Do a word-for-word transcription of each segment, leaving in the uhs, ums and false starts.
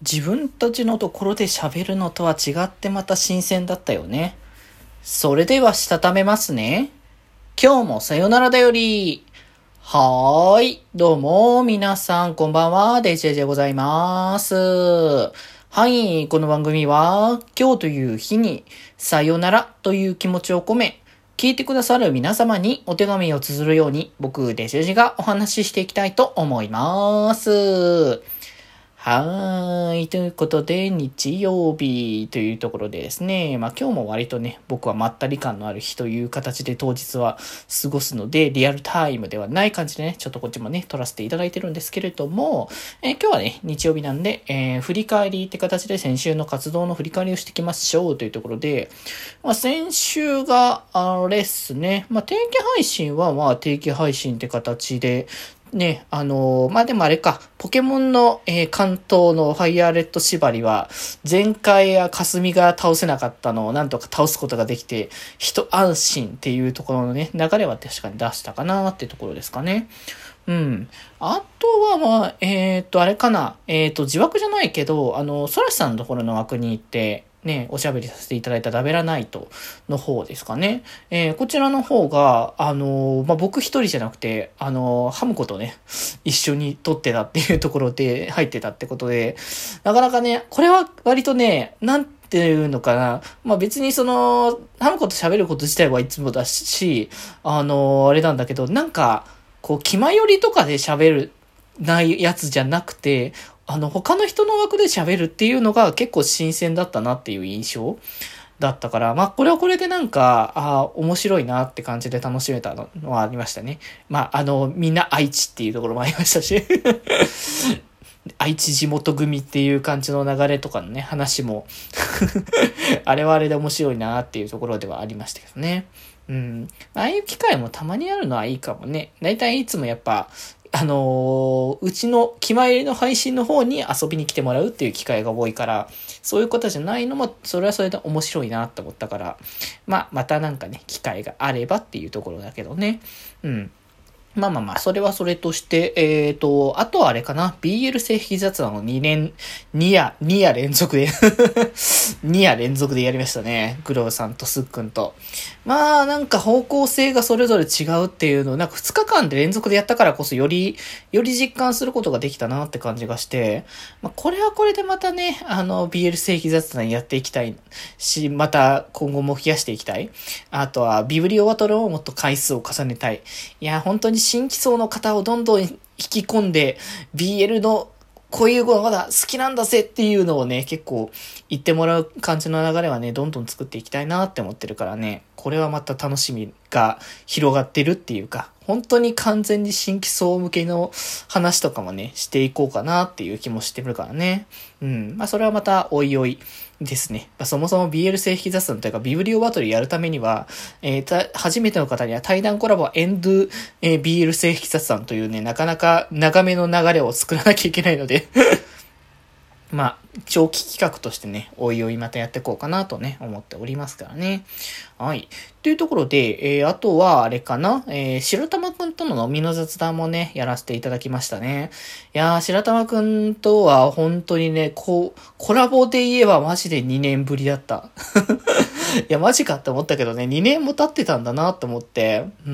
自分たちのところで喋るのとは違ってまた新鮮だったよね。それではしたためますね。今日もさよならだより。はーい。どうも、皆さん、こんばんは。デジェジでございます。はい。この番組は、今日という日に、さよならという気持ちを込め、聞いてくださる皆様にお手紙を綴るように、僕、デジェジがお話ししていきたいと思います。はーい。ということで、日曜日というところでですね。まあ今日も割とね、僕はまったり感のある日という形で当日は過ごすので、リアルタイムではない感じでね、ちょっとこっちもね、撮らせていただいてるんですけれども、えー今日はね、日曜日なんで、えー振り返りって形で先週の活動の振り返りをしていきましょうというところで、まあ先週が、あれっすね、まあ定期配信はまあ定期配信って形で、ね、あのーまあ、でもあれか、ポケモンの、えー関東のファイヤーレッド縛りは、前回や霞が倒せなかったのをなんとか倒すことができて、一安心っていうところのね、流れは確かに出したかなっていうところですかね。うん。あとは、まあ、えっと、あれかな。えっと、自枠じゃないけど、あの、ソラシさんのところの枠に行って、ね、おしゃべりさせていただいたダベラナイトの方ですかね。えーこちらの方が、あのーまあ、僕一人じゃなくて、あのーハムコとね、一緒に撮ってたっていうところで入ってたってことで、なかなかね、これは割とね、なんていうのかな。まあ、別にその、ハムコと喋ること自体はいつもだし、あのーあれなんだけど、なんか、こう、気まよりとかで喋るないやつじゃなくて、あの、他の人の枠で喋るっていうのが結構新鮮だったなっていう印象だったから、まあ、これはこれでなんか、ああ、面白いなって感じで楽しめたのはありましたね。まあ、あの、みんな愛知っていうところもありましたし、愛知地元組っていう感じの流れとかのね、話も、あれはあれで面白いなっていうところではありましたけどね。うん。ああいう機会もたまにあるのはいいかもね。だいたいいつもやっぱ、あのーうちの気前入りの配信の方に遊びに来てもらうっていう機会が多いから、そういうことじゃないのも、それはそれで面白いなと思ったから、まあ、またなんかね、機会があればっていうところだけどね。うん。まあまあまあ、それはそれとして、えっと、あとはあれかな、ビーエル 正規雑談をにねん、に夜、に夜連続でに夜連続でやりましたね。グローさんとスッくんと。まあ、なんか方向性がそれぞれ違うっていうのを、なんかふつかかんで連続でやったからこそ、より、より実感することができたなって感じがして、まあ、これはこれでまたね、あの、ビーエル 正規雑談やっていきたいし、また今後も増やしていきたい。あとは、ビブリオバトルをもっと回数を重ねたい。いや、本当に新規層の方をどんどん引き込んで、ビーエル のこういうのまだ好きなんだぜっていうのをね、結構言ってもらう感じの流れはね、どんどん作っていきたいなって思ってるからね、これはまた楽しみが広がってるっていうか、本当に完全に新規層向けの話とかもね、していこうかなっていう気もしてるからね。うん。まあそれはまたおいおいですね。まあ、そもそも ビーエル 正規雑談というかビブリオバトルやるためには、えー、た、初めての方には対談コラボエンド、えー、ビーエル 正規雑談というね、なかなか長めの流れを作らなきゃいけないので、まあ、長期企画としてね、おいおいまたやっていこうかなとね、思っておりますからね。はい。というところで、えー、あとは、あれかな、えー、白玉くんとの飲みの雑談もね、やらせていただきましたね。いやー、白玉くんとは本当にね、こう、コラボで言えばマジでにねんぶりだった。いや、マジかって思ったけどね、にねんも経ってたんだなって思って、うん、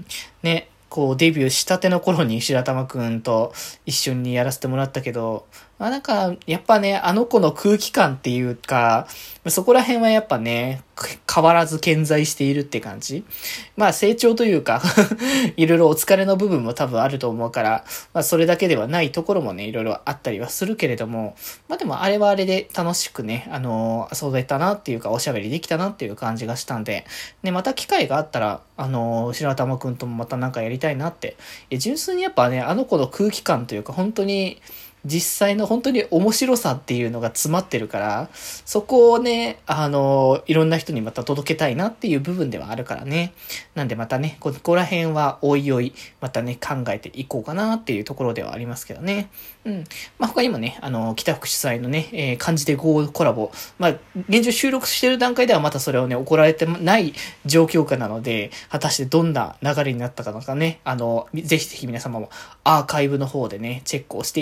ね、こうデビューしたての頃に白玉くんと一緒にやらせてもらったけど、まあなんか、やっぱね、あの子の空気感っていうか、そこら辺はやっぱね、変わらず健在しているって感じ。まあ成長というか、いろいろお疲れの部分も多分あると思うから、まあそれだけではないところもね、いろいろあったりはするけれども、まあでもあれはあれで楽しくね、あのー、遊べたなっていうか、おしゃべりできたなっていう感じがしたんで、ね、また機会があったら、あのー、白玉くんともまたなんかやりたいなって。いや純粋にやっぱね、あの子の空気感というか、本当に、実際の本当に面白さっていうのが詰まってるから、そこをね、あの、いろんな人にまた届けたいなっていう部分ではあるからね。なんでまたね、ここら辺はおいおい、またね、考えていこうかなっていうところではありますけどね。うん。まあ、他にもね、あの、北福主催のね、えー、漢字で ゴー コラボ。まあ、現状収録してる段階ではまたそれをね、怒られてない状況下なので、果たしてどんな流れになったかとかね、あの、ぜひぜひ皆様もアーカイブの方でね、チェックをしていただけたら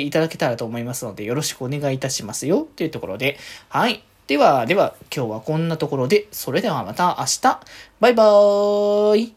たらと思いますので、よろしくお願いいたしますよ。というところで、はい。では、では、今日はこんなところで、それではまた明日。バイバーイ。